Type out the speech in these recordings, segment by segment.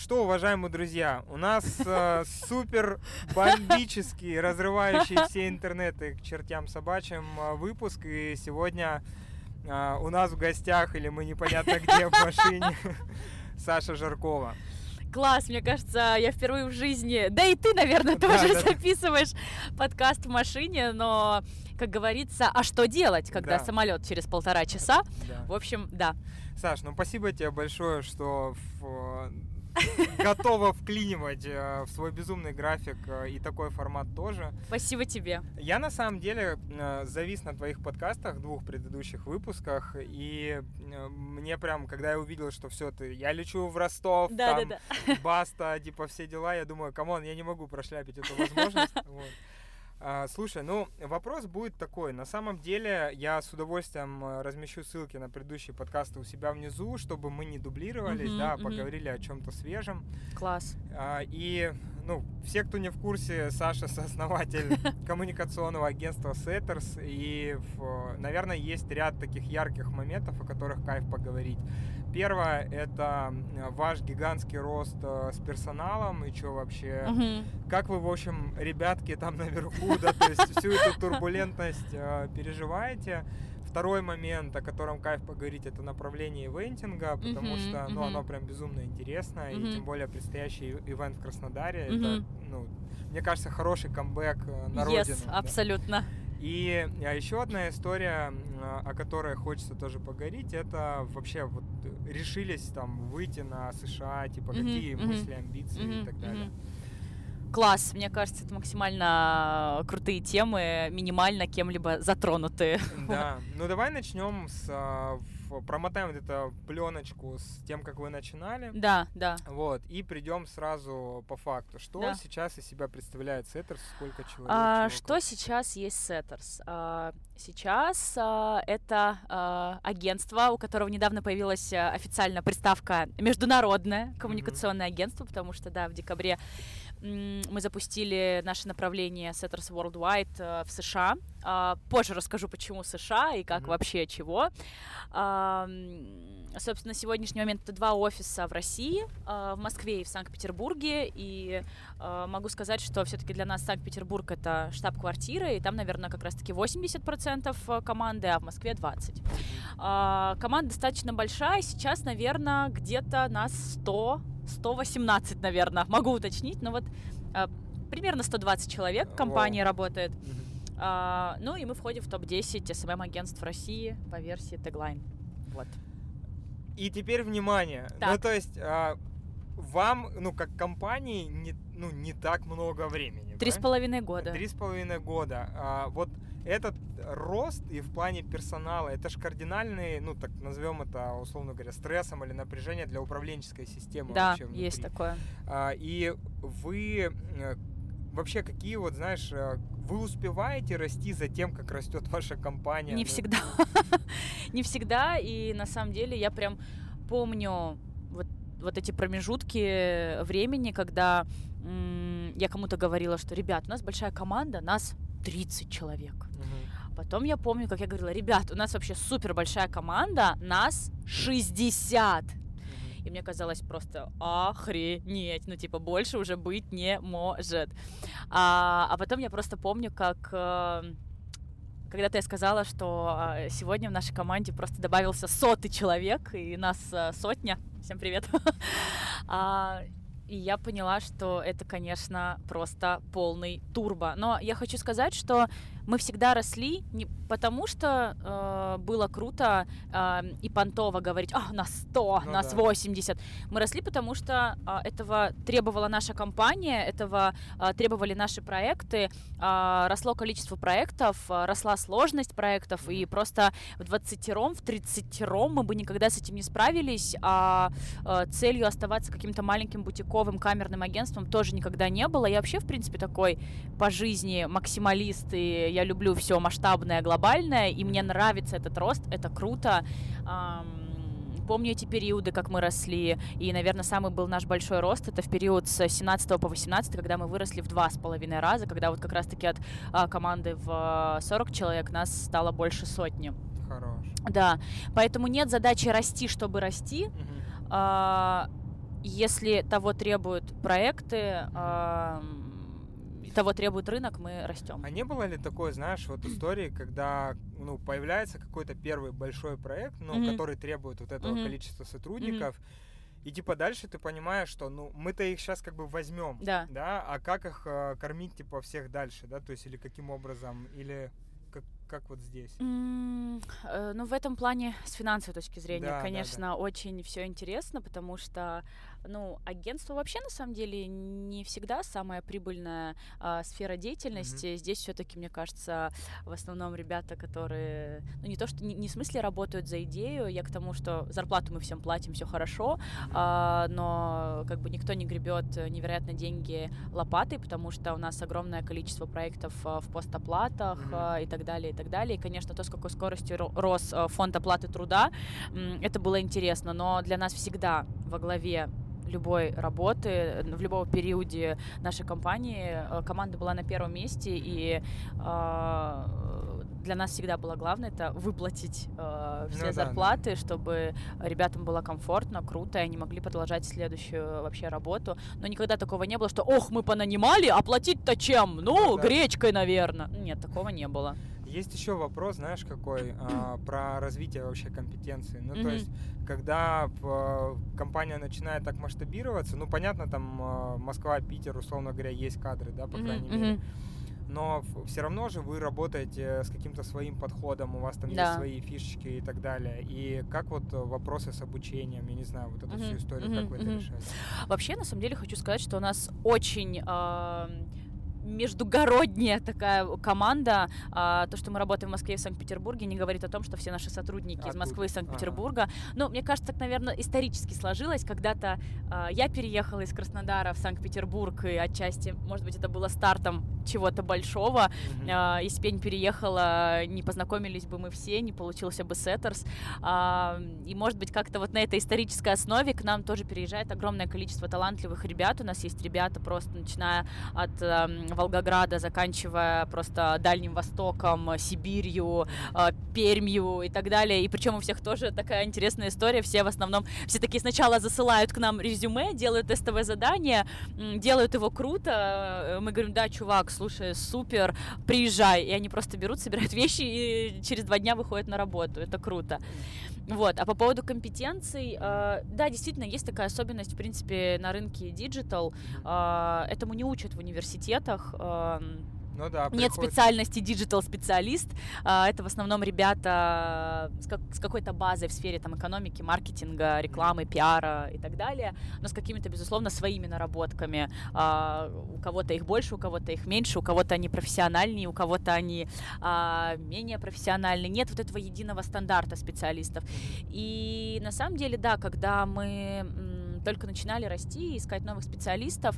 что, уважаемые друзья, у нас супер бомбический, разрывающий все интернеты к чертям собачьим выпуск. И сегодня у нас в гостях, или мы непонятно где в машине, Саша Жаркова. Класс, мне кажется, я впервые в жизни, да и ты, наверное, тоже записываешь подкаст в машине, но, как говорится, а что делать, когда самолет через 1,5 часа? В общем, да. Саш, ну спасибо тебе большое, что готова вклинивать в свой безумный график и такой формат тоже. Спасибо тебе. Я на самом деле завис на твоих подкастах, 2 предыдущих выпусках, и мне прям, когда я увидел, что все, я лечу в Ростов, баста, типа все дела, я думаю, камон, я не могу прошляпить эту возможность. Слушай, ну, вопрос будет такой. На самом деле, я с удовольствием размещу ссылки на предыдущие подкасты у себя внизу, чтобы мы не дублировались, поговорили о чем-то свежем. Класс. И, ну, все, кто не в курсе, Саша сооснователь коммуникационного агентства Setters, и, наверное, есть ряд таких ярких моментов, о которых кайф поговорить. Первое — это ваш гигантский рост с персоналом, и что вообще, как вы, в общем, ребятки там наверху, да, то есть всю эту турбулентность переживаете. Второй момент, о котором кайф поговорить, это направление ивентинга, потому что, оно прям безумно интересно, и тем более предстоящий ивент в Краснодаре, это, ну, мне кажется, хороший камбэк на родину. Да? Абсолютно. И еще одна история, о которой хочется тоже поговорить, это вообще вот решились там выйти на США, типа какие мысли, амбиции и так далее. Класс, мне кажется, это максимально крутые темы, минимально кем-либо затронутые. Да, ну давай начнем промотаем вот эту пленочку с тем, как вы начинали. Да. Вот, и придем сразу по факту. Что сейчас из себя представляет Setters, сколько человек? Что сейчас есть Setters? Сейчас это агентство, у которого недавно появилась официально приставка «Международное коммуникационное агентство», потому что, в декабре мы запустили наше направление Setters Worldwide в США. Позже расскажу, почему США и как вообще чего. Собственно, на сегодняшний момент это 2 офиса в России, в Москве и в Санкт-Петербурге. И могу сказать, что все-таки для нас Санкт-Петербург — это штаб-квартира, и там, наверное, как раз-таки 80% команды, а в Москве 20%. Команда достаточно большая, сейчас, наверное, где-то нас 118, наверное, могу уточнить, но вот примерно 120 человек в компании работает. Ну и мы входим в топ-10 SMM-агентств России по версии Tagline. Вот. И теперь внимание. Так. Ну, то есть вам, как компании, не так много времени. 3,5 года. 3,5 года. Вот этот рост и в плане персонала, это же кардинальный, так назовем это, условно говоря, стрессом или напряжением для управленческой системы. Да, вообще внутри. Есть такое. И вы вообще какие вы успеваете расти за тем, как растет ваша компания? Не всегда. Не всегда, и на самом деле я прям помню вот эти промежутки времени, когда я кому-то говорила, что, ребят, у нас большая команда, нас 30 человек. Потом я помню, как я говорила, ребят, у нас вообще супер большая команда, нас 60. И мне казалось просто охренеть, больше уже быть не может. А потом я просто помню, как когда-то я сказала, что сегодня в нашей команде просто добавился 100-й человек, и нас 100. Всем привет. И я поняла, что это, конечно, просто полный турбо. Но я хочу сказать, что мы всегда росли не потому, что было круто и понтово говорить, нас 100, нас 80. Мы росли, потому что этого требовала наша компания, этого требовали наши проекты, росло количество проектов, росла сложность проектов, и просто в 20-ром, в 30-ром мы бы никогда с этим не справились, а целью оставаться каким-то маленьким бутиковым камерным агентством тоже никогда не было. Я вообще, в принципе, такой по жизни максималист, и я люблю все масштабное, глобальное, и мне нравится этот рост, это круто. Помню эти периоды, как мы росли, и, наверное, самый был наш большой рост, это в период с 17 по 18, когда мы выросли в 2,5 раза, когда вот как раз-таки от команды в 40 человек нас стало больше 100. Хорош. Да, поэтому нет задачи расти, чтобы расти. если того требуют проекты, того требует рынок, мы растем. А не было ли такой, знаешь, вот истории, когда появляется какой-то первый большой проект, который требует вот этого количества сотрудников, и типа дальше ты понимаешь, что мы-то их сейчас как бы возьмем, да, а как их кормить типа всех дальше, да, то есть или каким образом, или как вот здесь? В этом плане с финансовой точки зрения, конечно, очень все интересно, потому что агентство вообще на самом деле не всегда самая прибыльная сфера деятельности. Здесь все-таки, мне кажется, в основном ребята, которые, не то что не в смысле работают за идею, я к тому, что зарплату мы всем платим, все хорошо, но как бы никто не гребет невероятно деньги лопатой, потому что у нас огромное количество проектов в постоплатах и так далее, и так далее. И, конечно, то, с какой скоростью рос фонд оплаты труда, это было интересно, но для нас всегда во главе любой работы, в любом периоде нашей компании команда была на первом месте, и для нас всегда было главное это выплатить все зарплаты, чтобы ребятам было комфортно, круто, и они могли продолжать следующую вообще работу. Но никогда такого не было, что мы понанимали, а платить-то чем? Гречкой, наверное. Нет, такого не было. Есть еще вопрос, знаешь, какой, про развитие вообще компетенции. То есть, когда компания начинает так масштабироваться, понятно, там Москва, Питер, условно говоря, есть кадры, да, по крайней мере. Но все равно же вы работаете с каким-то своим подходом, у вас там есть свои фишечки и так далее. И как вот вопросы с обучением, я не знаю, вот эту всю историю, как вы это решаете? Вообще, на самом деле, хочу сказать, что у нас очень междугородняя такая команда. То, что мы работаем в Москве и в Санкт-Петербурге, не говорит о том, что все наши сотрудники из Москвы и Санкт-Петербурга. Мне кажется, так, наверное, исторически сложилось. Когда-то я переехала из Краснодара в Санкт-Петербург, и отчасти, может быть, это было стартом чего-то большого. Если бы я не переехала, не познакомились бы мы все, не получился бы Сеттерс. И, может быть, как-то вот на этой исторической основе к нам тоже переезжает огромное количество талантливых ребят. У нас есть ребята просто, начиная от Волгограда, заканчивая просто Дальним Востоком, Сибирью, Пермью и так далее. И причем у всех тоже такая интересная история. Все в основном, все такие сначала засылают к нам резюме, делают тестовое задание, делают его круто. Мы говорим: да, чувак, слушай, супер, приезжай. И они просто берут, собирают вещи и через 2 дня выходят на работу. Это круто. Вот. А по поводу компетенций, да, действительно, есть такая особенность, в принципе, на рынке диджитал. Этому не учат в университетах. Нет специальности диджитал-специалист. Это в основном ребята с какой-то базой в сфере там экономики, маркетинга, рекламы, пиара и так далее, но с какими-то, безусловно, своими наработками. У кого-то их больше, у кого-то их меньше, у кого-то они профессиональнее, у кого-то они менее профессиональные. Нет вот этого единого стандарта специалистов. И на самом деле, да, когда мы только начинали расти и искать новых специалистов,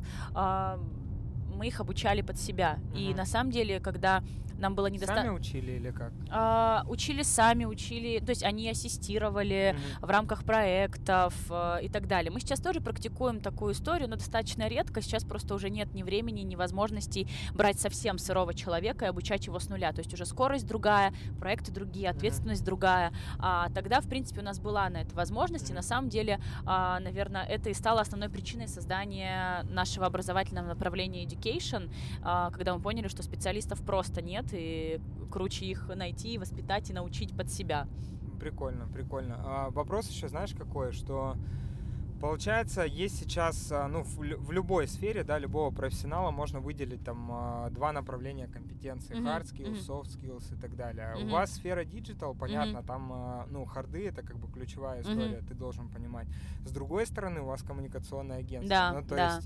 мы их обучали под себя. И на самом деле, когда нам было недостаточно... Сами учили или как? Учили сами, то есть они ассистировали в рамках проектов и так далее. Мы сейчас тоже практикуем такую историю, но достаточно редко. Сейчас просто уже нет ни времени, ни возможностей брать совсем сырого человека и обучать его с нуля. То есть уже скорость другая, проекты другие, ответственность другая. Тогда, в принципе, у нас была на это возможность. И на самом деле, наверное, это и стало основной причиной создания нашего образовательного направления Education, когда мы поняли, что специалистов просто нет, и круче их найти, воспитать и научить под себя. Прикольно. Вопрос еще, знаешь, какой, что получается, есть сейчас, в любой сфере, да, любого профессионала можно выделить там 2 направления компетенций: hard skills, soft skills и так далее. У вас сфера digital, понятно, там, харды — это как бы ключевая история, ты должен понимать. С другой стороны, у вас коммуникационное агентство.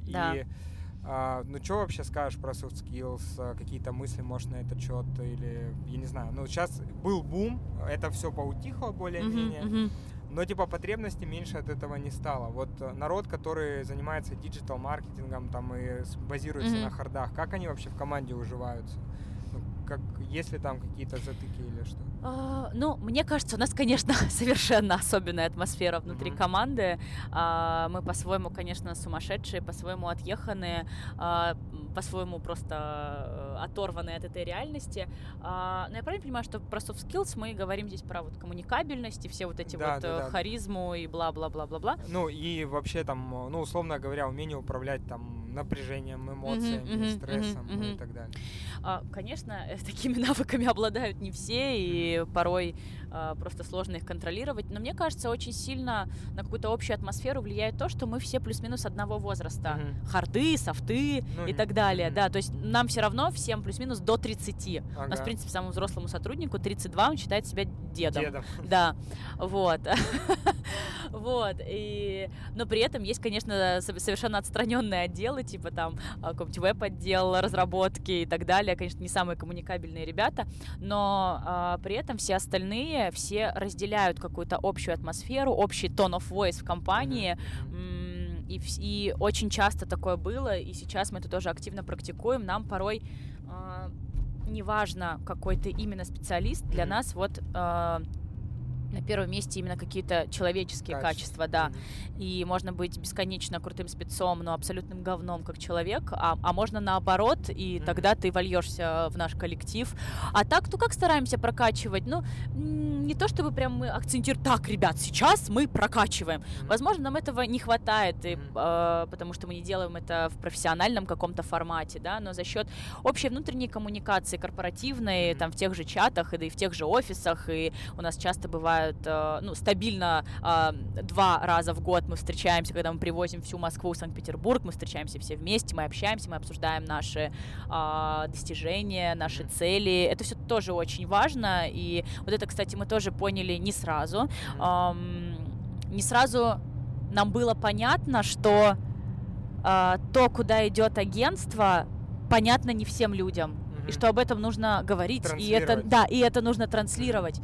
Что вообще скажешь про soft skills? Какие-то мысли, может, на этот счет? Или, я не знаю, сейчас был бум, это все поутихло более-менее, но, потребности меньше от этого не стало. Вот народ, который занимается диджитал-маркетингом там и базируется на хардах, как они вообще в команде уживаются? Есть ли там какие-то затыки или что? Ну, мне кажется, у нас, конечно, совершенно особенная атмосфера внутри команды. Мы по-своему, конечно, сумасшедшие, по-своему отъеханные, по-своему просто оторванные от этой реальности. Но я правильно понимаю, что про soft skills мы говорим здесь про вот коммуникабельность и все вот эти харизму и бла-бла-бла-бла-бла. Ну, и вообще там, ну, условно говоря, умение управлять там напряжением, эмоциями, стрессом и так далее. Конечно, такими навыками обладают не все, и порой просто сложно их контролировать. Но мне кажется, очень сильно на какую-то общую атмосферу влияет то, что мы все плюс-минус одного возраста. Харды, софты и так далее. Да, то есть нам все равно всем плюс-минус до 30. У нас, в принципе, самому взрослому сотруднику 32, он считает себя дедом. Да, вот. Вот, но при этом есть, конечно, совершенно отстраненные отделы, типа там какой-нибудь веб-отдел, разработки и так далее, конечно, не самые коммуникабельные ребята, но при этом все остальные, все разделяют какую-то общую атмосферу, общий tone of voice в компании, и очень часто такое было, и сейчас мы это тоже активно практикуем, нам порой неважно, какой ты именно специалист, для нас вот на первом месте именно какие-то человеческие качества, да. И можно быть бесконечно крутым спецом, но абсолютным говном как человек, а можно наоборот, и тогда ты вольешься в наш коллектив. А так, ну как стараемся прокачивать? Ну, не то чтобы прям мы акцентируем, так, ребят, сейчас мы прокачиваем. Возможно, нам этого не хватает, потому что мы не делаем это в профессиональном каком-то формате, да, но за счет общей внутренней коммуникации корпоративной, там в тех же чатах, и в тех же офисах, и у нас часто бывает стабильно 2 раза в год мы встречаемся, когда мы привозим всю Москву в Санкт-Петербург, мы встречаемся все вместе, мы общаемся, мы обсуждаем наши достижения, наши цели. Это все тоже очень важно, и вот это, кстати, мы тоже поняли не сразу. Не сразу нам было понятно, что то, куда идет агентство, понятно не всем людям. И что об этом нужно говорить, и это нужно транслировать.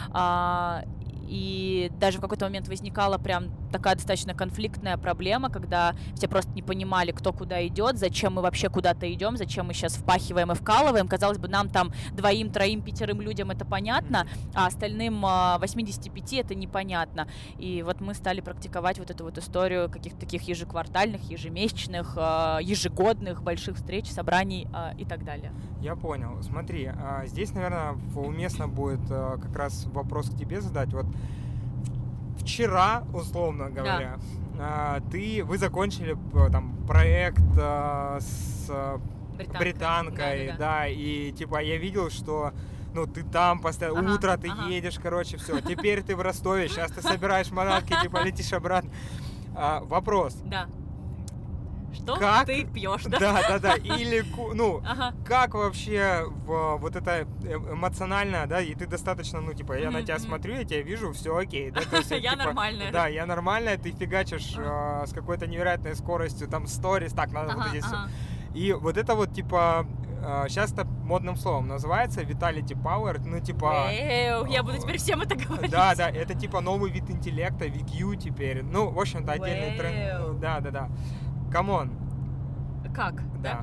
И даже в какой-то момент возникала прям такая достаточно конфликтная проблема, когда все просто не понимали, кто куда идет, зачем мы вообще куда-то идем, зачем мы сейчас впахиваем и вкалываем. Казалось бы, нам там 2, 3, 5 людям это понятно, а остальным 85 это непонятно. И вот мы стали практиковать вот эту вот историю каких-то таких ежеквартальных, ежемесячных, ежегодных больших встреч, собраний и так далее. Я понял. Смотри, здесь, наверное, уместно будет как раз вопрос к тебе задать. Вот вчера, условно говоря, вы закончили там проект с британкой, да, и типа я видел, что ты там постоянно, утро ты едешь, короче, все, теперь ты в Ростове, сейчас ты собираешь манатки, типа летишь обратно. Вопрос. Да. Что как ты пьешь, да? Да. Или, как вообще вот это эмоционально, да, и ты достаточно, я на тебя смотрю, я тебя вижу, все окей, да, то есть, я нормальная. Да, я нормальная, ты фигачишь с какой-то невероятной скоростью, там, сторис, так, надо вот здесь все. И вот это вот, типа, сейчас это модным словом называется Vitality Power, я буду теперь всем это говорить. Да, это типа новый вид интеллекта, VQ теперь, в общем-то, отдельный тренд. Да. Камон. Как? Да.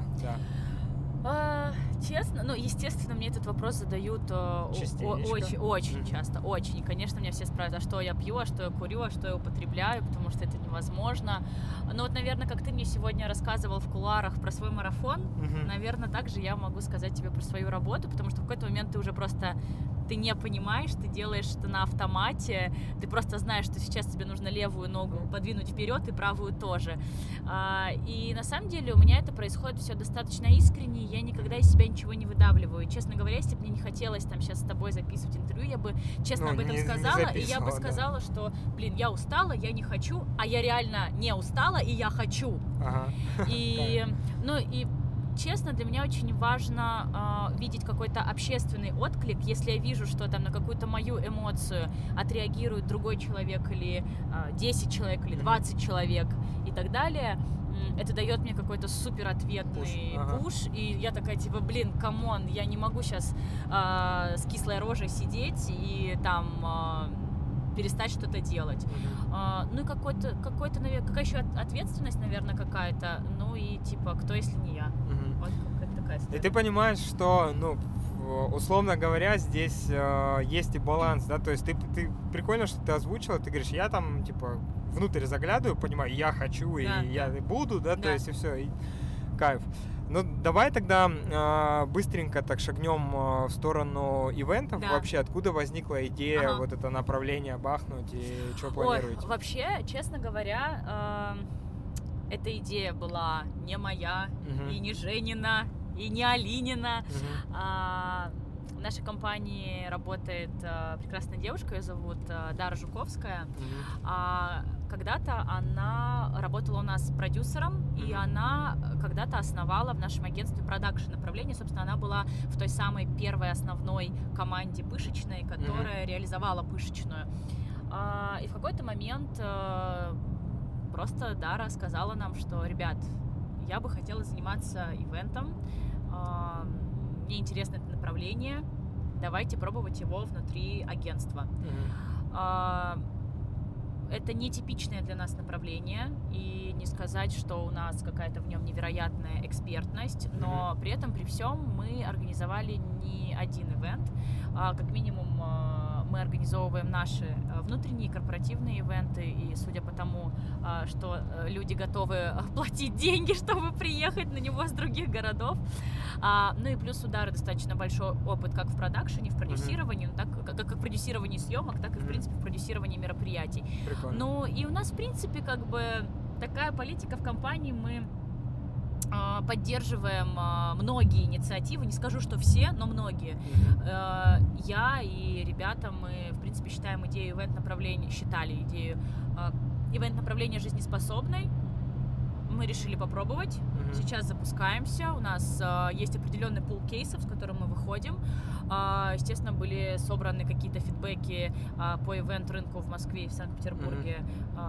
Честно, естественно, мне этот вопрос задают очень часто, очень. И, конечно, меня все спрашивают, а что я пью, а что я курю, а что я употребляю, потому что это невозможно. Но вот, наверное, как ты мне сегодня рассказывал в кулуарах про свой марафон, наверное, также я могу сказать тебе про свою работу, потому что в какой-то момент ты уже просто ты не понимаешь, ты делаешь это на автомате, ты просто знаешь, что сейчас тебе нужно левую ногу подвинуть вперед и правую тоже. И на самом деле у меня это происходит все достаточно искренне, я никогда из себя ничего не выдавливаю. И, честно говоря, если бы мне не хотелось там сейчас с тобой записывать интервью, я бы честно об этом сказала, и я бы сказала, что, я устала, я не хочу, а я реально не устала, и я хочу. И, честно, для меня очень важно видеть какой-то общественный отклик. Если я вижу, что там на какую-то мою эмоцию отреагирует другой человек, или 10 человек, или 20 человек и так далее, это дает мне какой-то супер ответный пуш, и я такая, типа, камон, я не могу сейчас с кислой рожей сидеть и там перестать что-то делать. И какая еще ответственность, наверное, какая-то, и типа, кто, если не я. Вот какая-то такая история. И ты понимаешь, что, условно говоря, здесь есть и баланс, да, то есть ты прикольно, что ты озвучила, ты говоришь, я там, типа, внутрь заглядываю, понимаю, я хочу, и я буду, да, то есть и все, и кайф. Ну, давай тогда быстренько так шагнем в сторону ивентов. Вообще, откуда возникла идея вот это направление бахнуть и что планируете? Вообще, честно говоря, эта идея была не моя, и не Женина, и не Алинина. В нашей компании работает прекрасная девушка, ее зовут Дара Жуковская. Когда-то она работала у нас продюсером, и она когда-то основала в нашем агентстве продакшн направление. Собственно, она была в той самой первой основной команде пышечной, которая реализовала пышечную. И в какой-то момент просто Дара сказала нам, что, ребят, я бы хотела заниматься ивентом, мне интересно это направление, давайте пробовать его внутри агентства. Это нетипичное для нас направление, и не сказать, что у нас какая-то в нем невероятная экспертность, но при этом, при всем, мы организовали не один ивент, как минимум мы организовываем наши внутренние корпоративные ивенты, и судя по тому, что люди готовы платить деньги, чтобы приехать на него с других городов. Ну и плюс у Дары достаточно большой опыт как в продакшене, в продюсировании, так, как в продюсировании съемок, так и, в принципе, в продюсировании мероприятий. Прикольно. Ну и у нас, в принципе, как бы такая политика в компании, мы поддерживаем многие инициативы, не скажу, что все, но многие. Я и ребята, мы, в принципе, считаем идею ивент-направления, считали идею ивент-направления жизнеспособной. Мы решили попробовать. Сейчас запускаемся. У нас есть определенный пул кейсов, с которым мы выходим. Естественно, были собраны какие-то фидбэки по ивент-рынку в Москве и в Санкт-Петербурге.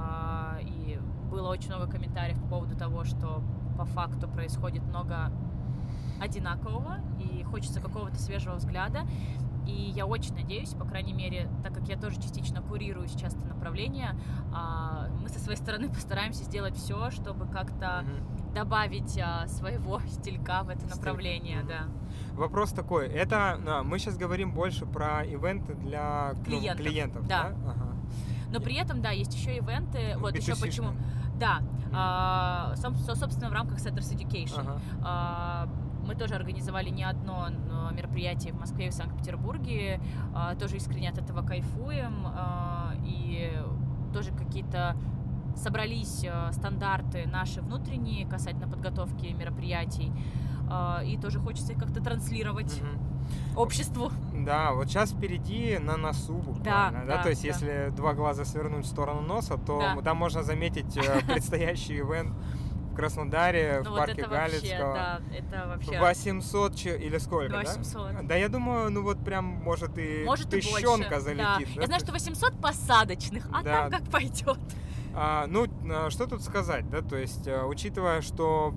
И было очень много комментариев по поводу того, что по факту происходит много одинакового, и хочется какого-то свежего взгляда. И я очень надеюсь, по крайней мере, так как я тоже частично курирую сейчас это направление, мы со своей стороны постараемся сделать все, чтобы как-то добавить своего стилька в это направление. Да. Вопрос такой, это мы сейчас говорим больше про ивенты для клиентов, да? Но при этом, да, есть еще ивенты, вот еще почему. Да, собственно, в рамках Setters Education. Мы тоже организовали не одно мероприятие в Москве и в Санкт-Петербурге, тоже искренне от этого кайфуем, и тоже какие-то собрались стандарты наши внутренние касательно подготовки мероприятий, и тоже хочется их как-то транслировать обществу. Да, вот сейчас впереди на носу буквально, да? То есть если два глаза свернуть в сторону носа, то там можно заметить предстоящий ивент в Краснодаре, в парке Галицкого. Да, это вообще 800 или сколько, 800. Да? Да, я думаю, ну вот прям может тыщенка залетит. Да. Я знаю, что 800 посадочных, там как пойдет. Ну, что тут сказать, да, то есть, учитывая, что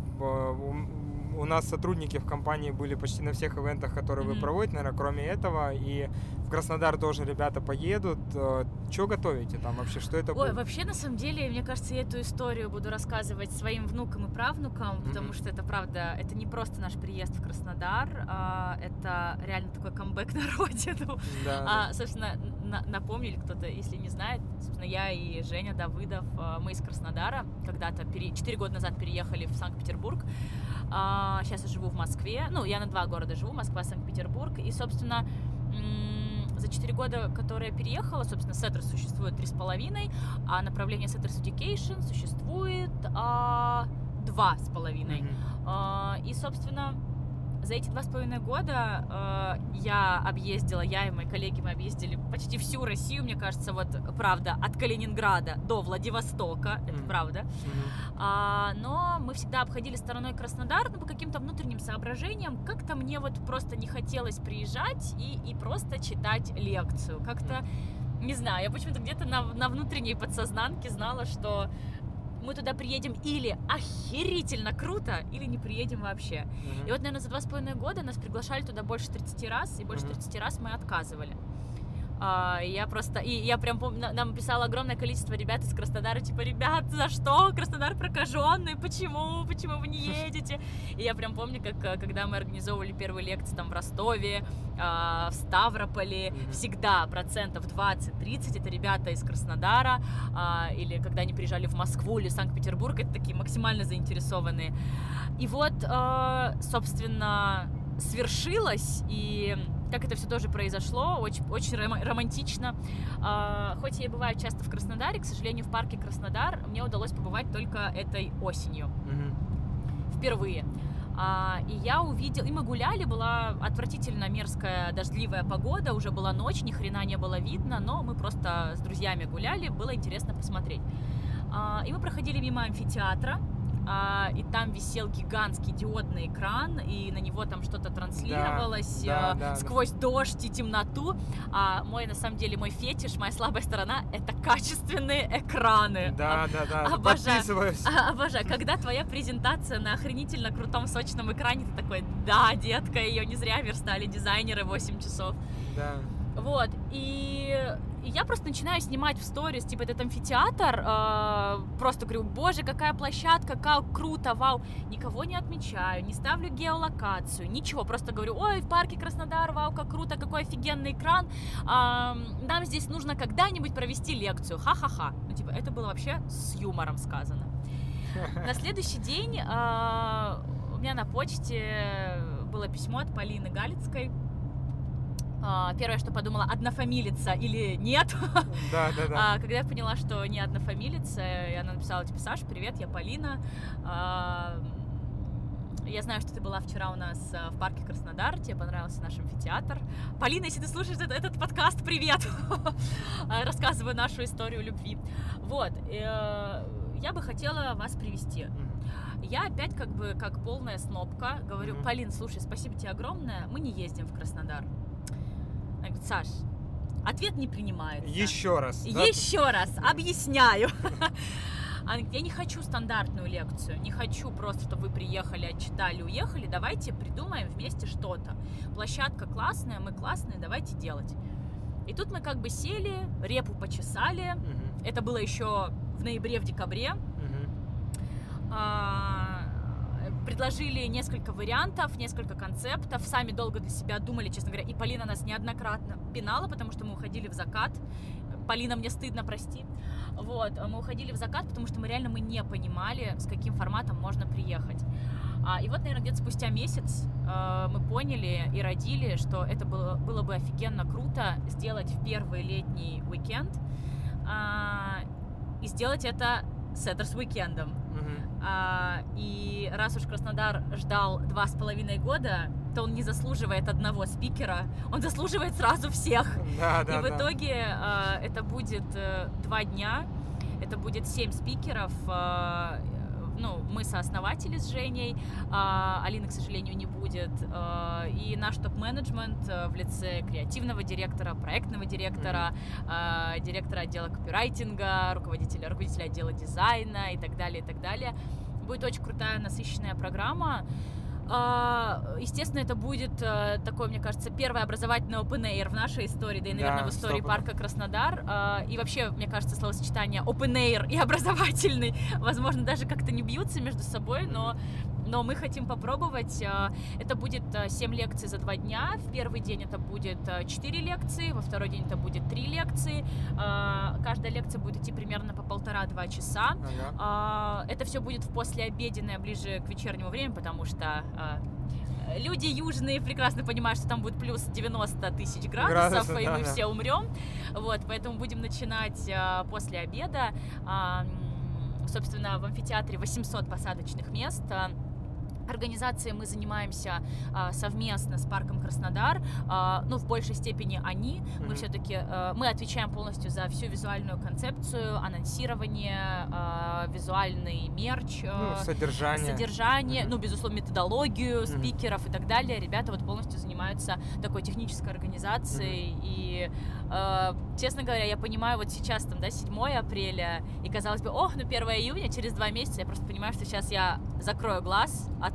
у нас сотрудники в компании были почти на всех ивентах, которые вы проводите, наверное, кроме этого, и в Краснодар тоже ребята поедут. Что готовите там вообще? Что это будет? Вообще, на самом деле, мне кажется, я эту историю буду рассказывать своим внукам и правнукам, потому что это, правда, это не просто наш приезд в Краснодар, это реально такой камбэк на родину. Собственно, напомнили кто-то, если не знает, собственно, я и Женя Давыдов, мы из Краснодара, когда-то 4 года назад переехали в Санкт-Петербург. Сейчас я живу в Москве, я на 2 города живу, Москва, Санкт-Петербург, и, собственно, за 4 года, которые я переехала, собственно, Setters существует 3,5, а направление Setters Education существует 2,5. И, собственно, за эти 2,5 года я и мои коллеги, мы объездили почти всю Россию, мне кажется, вот правда, от Калининграда до Владивостока, это правда. Но мы всегда обходили стороной Краснодар, по каким-то внутренним соображениям. Как-то мне вот просто не хотелось приезжать и просто читать лекцию. Как-то, не знаю, я почему-то где-то на внутренней подсознанке знала, что мы туда приедем или охерительно круто, или не приедем вообще. И вот, наверное, за 2,5 года нас приглашали туда больше 30 раз, и больше 30 раз мы отказывали. Я прям помню, нам писало огромное количество ребят из Краснодара, типа, ребят, за что? Краснодар прокаженный, почему вы не едете? И я прям помню, когда мы организовывали первые лекции там в Ростове, в Ставрополе, всегда 20-30% это ребята из Краснодара, или когда они приезжали в Москву или Санкт-Петербург, это такие максимально заинтересованные. И вот, собственно, свершилось, и как это все тоже произошло, очень романтично. Хоть я и бываю часто в Краснодаре, к сожалению, в парке Краснодар мне удалось побывать только этой осенью. Впервые. И я увидела, и мы гуляли, была отвратительно мерзкая дождливая погода, уже была ночь, ни хрена не было видно, но мы просто с друзьями гуляли, было интересно посмотреть. И мы проходили мимо амфитеатра, и там висел гигантский диодный экран, и на него там что-то транслировалось сквозь дождь и темноту. На самом деле, мой фетиш, моя слабая сторона — это качественные экраны. Подписываюсь. Обожаю. Когда твоя презентация на охренительно крутом сочном экране, ты такой, да, детка, ее не зря верстали дизайнеры 8 часов. Да. Вот, и я просто начинаю снимать в сторис, типа, этот амфитеатр, просто говорю, боже, какая площадка, как круто, вау, никого не отмечаю, не ставлю геолокацию, ничего, просто говорю, ой, в парке Краснодар, вау, как круто, какой офигенный экран, нам здесь нужно когда-нибудь провести лекцию, ха-ха-ха, это было вообще с юмором сказано. На следующий день у меня на почте было письмо от Полины Галицкой. Первое, что подумала, однофамилица или нет. Да. Когда я поняла, что не однофамилица, и она написала, типа, Саш, привет, я Полина. Я знаю, что ты была вчера у нас в парке Краснодар, тебе понравился наш амфитеатр. Полина, если ты слушаешь этот подкаст, привет! Рассказываю нашу историю любви. Вот, я бы хотела вас привести. Я опять как полная снобка говорю, Полин, слушай, спасибо тебе огромное, мы не ездим в Краснодар. Она говорит, Саш, ответ не принимается. Еще раз. Еще раз, объясняю. Она говорит, я не хочу стандартную лекцию, не хочу просто, чтобы вы приехали, отчитали, уехали, давайте придумаем вместе что-то. Площадка классная, мы классные, давайте делать. И тут мы сели, репу почесали, это было еще в ноябре, в декабре. Предложили несколько вариантов, несколько концептов, сами долго для себя думали, честно говоря, и Полина нас неоднократно пинала, потому что мы уходили в закат. Полина, мне стыдно, прости. Вот, мы уходили в закат, потому что мы не понимали, с каким форматом можно приехать. И вот, наверное, где-то спустя месяц мы поняли и родили, что это было бы офигенно круто сделать в первый летний уикенд и сделать это Setters уикендом. И раз уж Краснодар ждал 2,5 года, то он не заслуживает одного спикера, он заслуживает сразу всех. В итоге это будет 2 дня, это будет 7 спикеров. Мы сооснователи с Женей, Алины, к сожалению, не будет, и наш топ-менеджмент в лице креативного директора, проектного директора, директора отдела копирайтинга, руководителя отдела дизайна и так далее, и так далее. Будет очень крутая, насыщенная программа. Естественно, это будет такой, мне кажется, первый образовательный open air в нашей истории, да и, наверное, в истории парка Краснодар. И вообще, мне кажется, словосочетание open air и образовательный, возможно, даже как-то не бьются между собой, но мы хотим попробовать. Это будет 7 лекций за 2 дня. В первый день это будет 4 лекции, во второй день это будет 3 лекции. Каждая лекция будет идти примерно по 1,5-2 часа. Это все будет в послеобеденное, ближе к вечернему времени, потому что люди южные прекрасно понимают, что там будет плюс 90 тысяч градусов, и мы все умрем. Вот, поэтому будем начинать после обеда. Собственно, в амфитеатре 800 посадочных мест. Организацией мы занимаемся совместно с парком Краснодар, в большей степени они. Мы все-таки мы отвечаем полностью за всю визуальную концепцию, анонсирование, визуальный мерч, содержание, безусловно, методологию спикеров и так далее. Ребята полностью занимаются такой технической организацией. И, честно говоря, я понимаю, сейчас 7 апреля, и казалось бы, 1 июня, через 2 месяца, я просто понимаю, что сейчас я закрою глаз, открою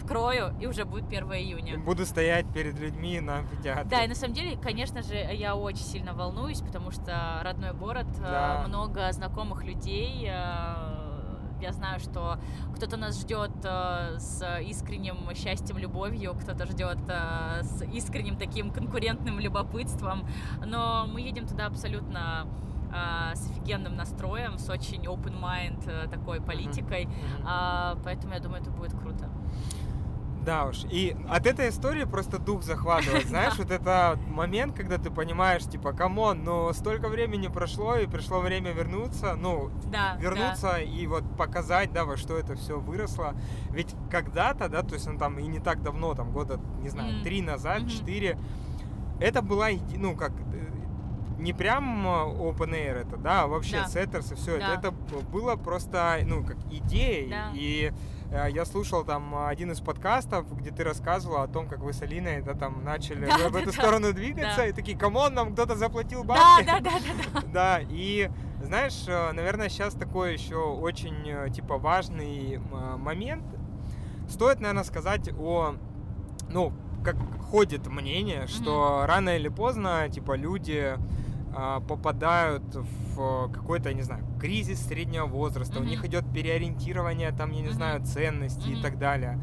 открою, и уже будет 1 июня. Буду стоять перед людьми на амфитеатре. Да, и на самом деле, конечно же, я очень сильно волнуюсь, потому что родной город, много знакомых людей. Я знаю, что кто-то нас ждет с искренним счастьем, любовью, кто-то ждет с искренним таким конкурентным любопытством, но мы едем туда абсолютно с офигенным настроем, с очень open mind такой политикой, поэтому я думаю, это будет круто. Да уж, и от этой истории просто дух захватывает, знаешь, вот это момент, когда ты понимаешь, типа, камон, но столько времени прошло, и пришло время вернуться, вернуться и вот показать, да, во что это все выросло, ведь когда-то, да, то есть, ну, там, и не так давно, там, года, не знаю, 3 назад, 4, это была, ну, как, не прям open air это, да, а вообще Setters и все это было просто, ну, как идея, и я слушал там один из подкастов, где ты рассказывала о том, как вы с Алиной там начали в эту сторону двигаться, и такие, камон, нам кто-то заплатил бабки. Да, и знаешь, наверное, сейчас такой еще очень, типа, важный момент. Стоит, наверное, сказать о, ну, как ходит мнение, что рано или поздно, типа, люди попадают в какой-то, не знаю, кризис среднего возраста, у них идет переориентирование, там, я не знаю, ценностей и так далее.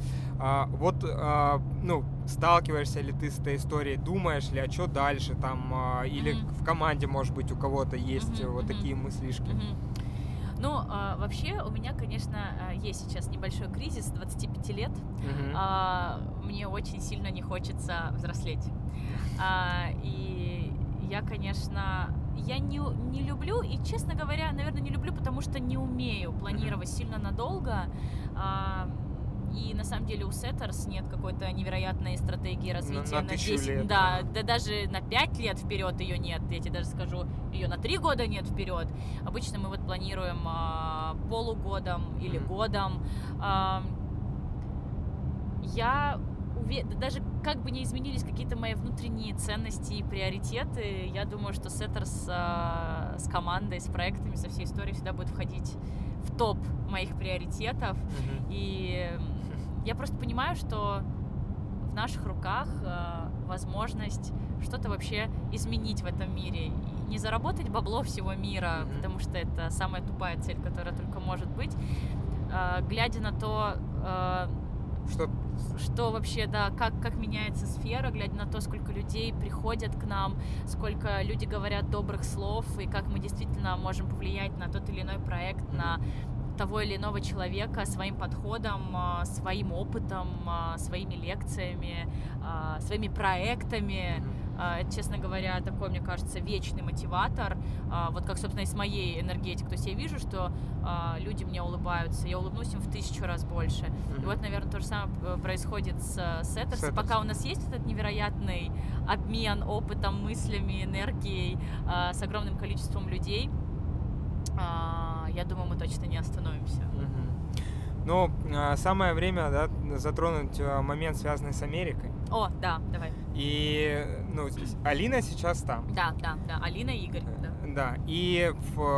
Ну, сталкиваешься ли ты с этой историей, думаешь ли, а что дальше там, или в команде, может быть, у кого-то есть вот такие мыслишки? Ну, вообще, у меня, конечно, есть сейчас небольшой кризис 25 лет. Мне очень сильно не хочется взрослеть. И я, конечно, не люблю, и, честно говоря, наверное, не люблю, потому что не умею планировать сильно надолго. И на самом деле у Setters нет какой-то невероятной стратегии развития на 10 лет. Да, даже на 5 лет вперед ее нет. Я тебе даже скажу, ее на 3 года нет вперед. Обычно мы вот планируем полугодом или годом. Даже как бы не изменились какие-то мои внутренние ценности и приоритеты, я думаю, что Setters с командой, с проектами, со всей историей всегда будет входить в топ моих приоритетов. И я просто понимаю, что в наших руках возможность что-то вообще изменить в этом мире. И не заработать бабло всего мира, потому что это самая тупая цель, которая только может быть. Глядя на то, что вообще, да, как меняется сфера, глядя на то, сколько людей приходят к нам, сколько люди говорят добрых слов, и как мы действительно можем повлиять на тот или иной проект, на того или иного человека своим подходом, своим опытом, своими лекциями, своими проектами. Это, честно говоря, такой, мне кажется, вечный мотиватор. Вот как, собственно, и с моей энергетикой. То есть я вижу, что люди мне улыбаются, я улыбнусь им в 1000 раз больше. И вот, наверное, то же самое происходит с Setters. Пока у нас есть этот невероятный обмен опытом, мыслями, энергией с огромным количеством людей, я думаю, мы точно не остановимся. Ну, самое время, да, затронуть момент, связанный с Америкой. О, да, давай. И, ну, Алина сейчас там. Да, Алина и Игорь. Да, и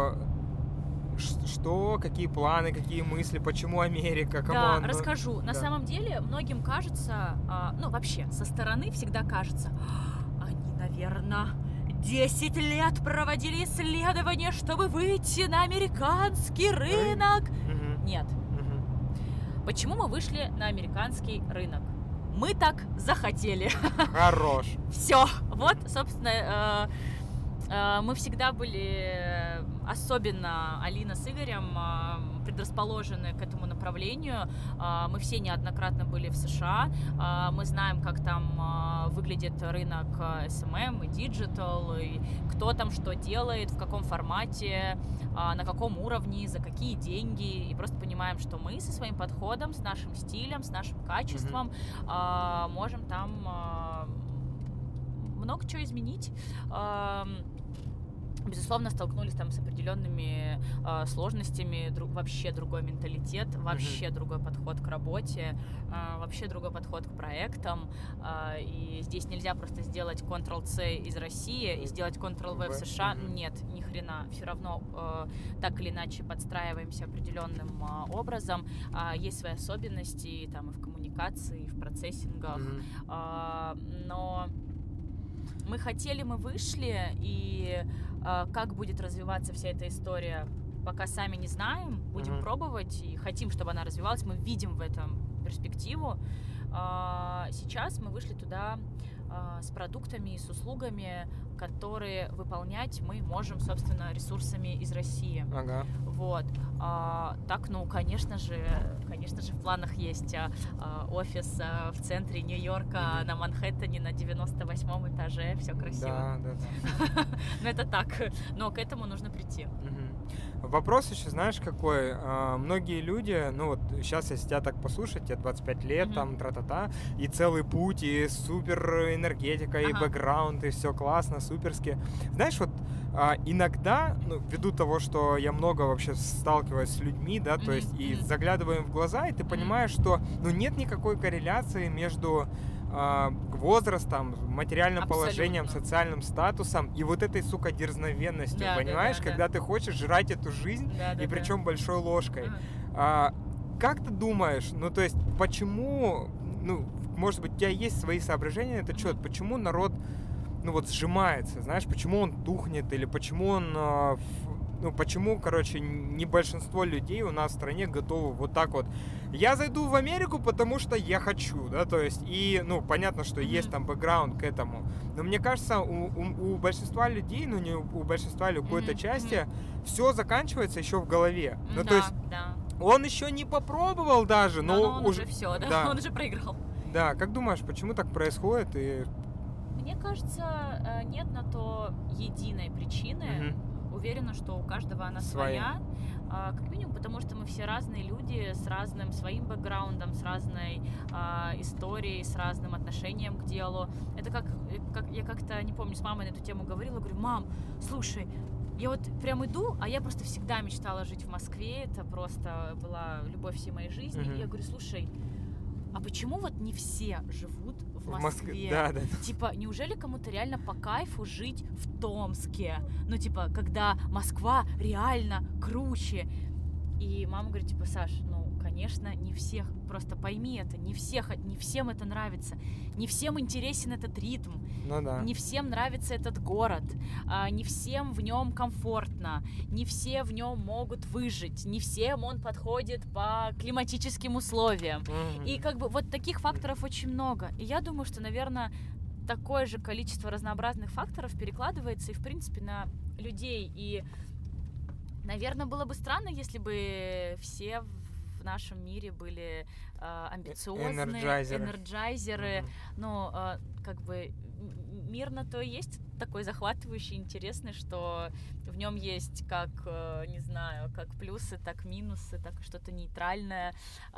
что, какие планы, какие мысли, почему Америка, Да, расскажу. На самом деле, многим кажется, ну, вообще, со стороны всегда кажется, они, наверное, 10 лет проводили исследования, чтобы выйти на американский рынок. Нет. Почему мы вышли на американский рынок? Мы так захотели. Хорош. Все. Вот, собственно, мы всегда были, особенно Алина с Игорем, предрасположены к этому направлению. Мы все неоднократно были в США. Мы знаем, как там выглядит рынок SMM и Digital, и кто там что делает, в каком формате, на каком уровне, за какие деньги. И просто понимаем, что мы со своим подходом, с нашим стилем, с нашим качеством можем там много чего изменить. безусловно, столкнулись там с определенными сложностями, вообще другой менталитет, вообще другой подход к работе, вообще другой подход к проектам. И здесь нельзя просто сделать Ctrl-C из России и сделать Ctrl-V в США. Нет, ни хрена. Все равно так или иначе подстраиваемся определенным образом. Есть свои особенности там и в коммуникации, и в процессингах. Но мы хотели, мы вышли, и как будет развиваться вся эта история, пока сами не знаем, будем пробовать и хотим, чтобы она развивалась, мы видим в этом перспективу. Сейчас мы вышли туда с продуктами и с услугами, которые выполнять мы можем, собственно, ресурсами из России. Вот. Так, конечно же, в планах есть офис в центре Нью-Йорка, на Манхэттене, на 98-м этаже, все красиво. Да. Но это так, но к этому нужно прийти. Вопрос еще, знаешь, какой? Многие люди, ну вот сейчас, если тебя так послушать, тебе 25 лет, там, тра-та-та, и целый путь, и супер энергетика, и бэкграунд, и все классно, суперски. Знаешь, вот иногда, ввиду того, что я много вообще сталкиваюсь с людьми, да, то есть и заглядываем в глаза, и ты понимаешь, что, нет никакой корреляции между возрастом, материальным положением, социальным статусом и вот этой, сука, дерзновенностью, понимаешь, когда ты хочешь жрать эту жизнь, и причем большой ложкой. Как ты думаешь, то есть почему, может быть, у тебя есть свои соображения на этот счет, почему народ, сжимается, знаешь, почему он тухнет, или почему он, почему, не большинство людей у нас в стране готовы вот так вот. Я зайду в Америку, потому что я хочу, да, то есть, и, понятно, что есть там бэкграунд к этому, но мне кажется, у большинства людей, не у большинства, или у какой-то части, все заканчивается еще в голове. То есть, он еще не попробовал даже, но он уже все, да, он уже проиграл. Да, как думаешь, почему так происходит? И... Мне кажется, нет на то единой причины. Уверена, что у каждого она своя. Как минимум, потому что мы все разные люди с разным своим бэкграундом, с разной историей, с разным отношением к делу. Это как я как-то, не помню, с мамой на эту тему говорила, говорю: мам, слушай, я вот прям иду, а я просто всегда мечтала жить в Москве, это просто была любовь всей моей жизни. И я говорю: слушай, а почему вот не все живут в Москве? Да. Типа, неужели кому-то реально по кайфу жить в Томске? Когда Москва реально круче. И мама говорит, Саш, конечно, не всех, просто пойми это, не всем это нравится, не всем интересен этот ритм, не всем нравится этот город, не всем в нем комфортно, не все в нем могут выжить, не всем он подходит по климатическим условиям. И вот таких факторов очень много. И я думаю, что, наверное, такое же количество разнообразных факторов перекладывается и, в принципе, на людей. И, наверное, было бы странно, если бы все в нашем мире были амбициозные, энерджайзеры. Мир на то и есть такой захватывающий, интересный, что в нем есть как плюсы, так минусы, так и что-то нейтральное.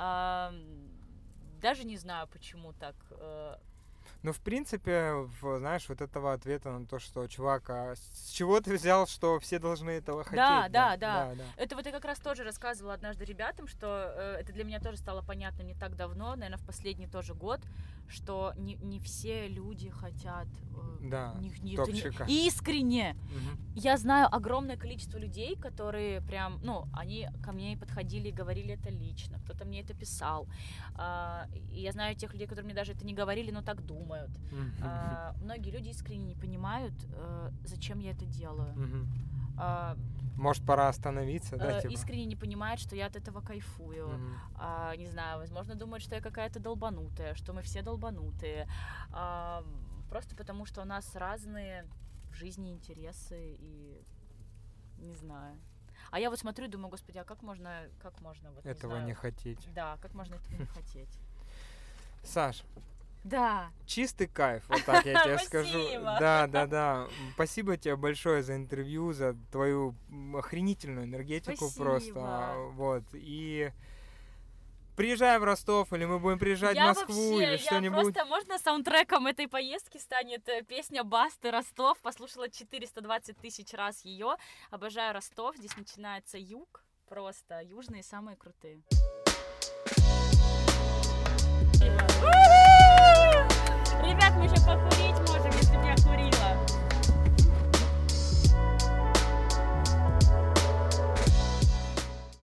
Даже не знаю, почему так. В принципе, знаешь, вот этого ответа на то, что, чувак, с чего ты взял, что все должны этого хотеть? Да. Это вот я как раз тоже рассказывала однажды ребятам, что это для меня тоже стало понятно не так давно, наверное, в последний тоже год, что не все люди хотят. топчика. Искренне. Я знаю огромное количество людей, которые прям, они ко мне подходили и говорили это лично, кто-то мне это писал. И я знаю тех людей, которые мне даже это не говорили, но так думают. Многие люди искренне не понимают, зачем я это делаю. Может, пора остановиться, да? Искренне не понимают, что я от этого кайфую. Не знаю, возможно, думают, что я какая-то долбанутая, что мы все долбанутые. Просто потому, что у нас разные в жизни интересы и не знаю. А я вот смотрю и думаю, господи, а как можно вот, этого не хотеть? Да, как можно этого не хотеть? Саш. Да. Чистый кайф, вот так я тебе скажу. Да. Спасибо тебе большое за интервью, за твою охренительную энергетику. Спасибо. Просто. Вот. И приезжаем в Ростов, или мы будем приезжать в Москву, или что-нибудь. Просто, можно саундтреком этой поездки станет песня Басты «Ростов». Послушала 420 тысяч раз ее. Обожаю Ростов. Здесь начинается юг. Просто южные самые крутые.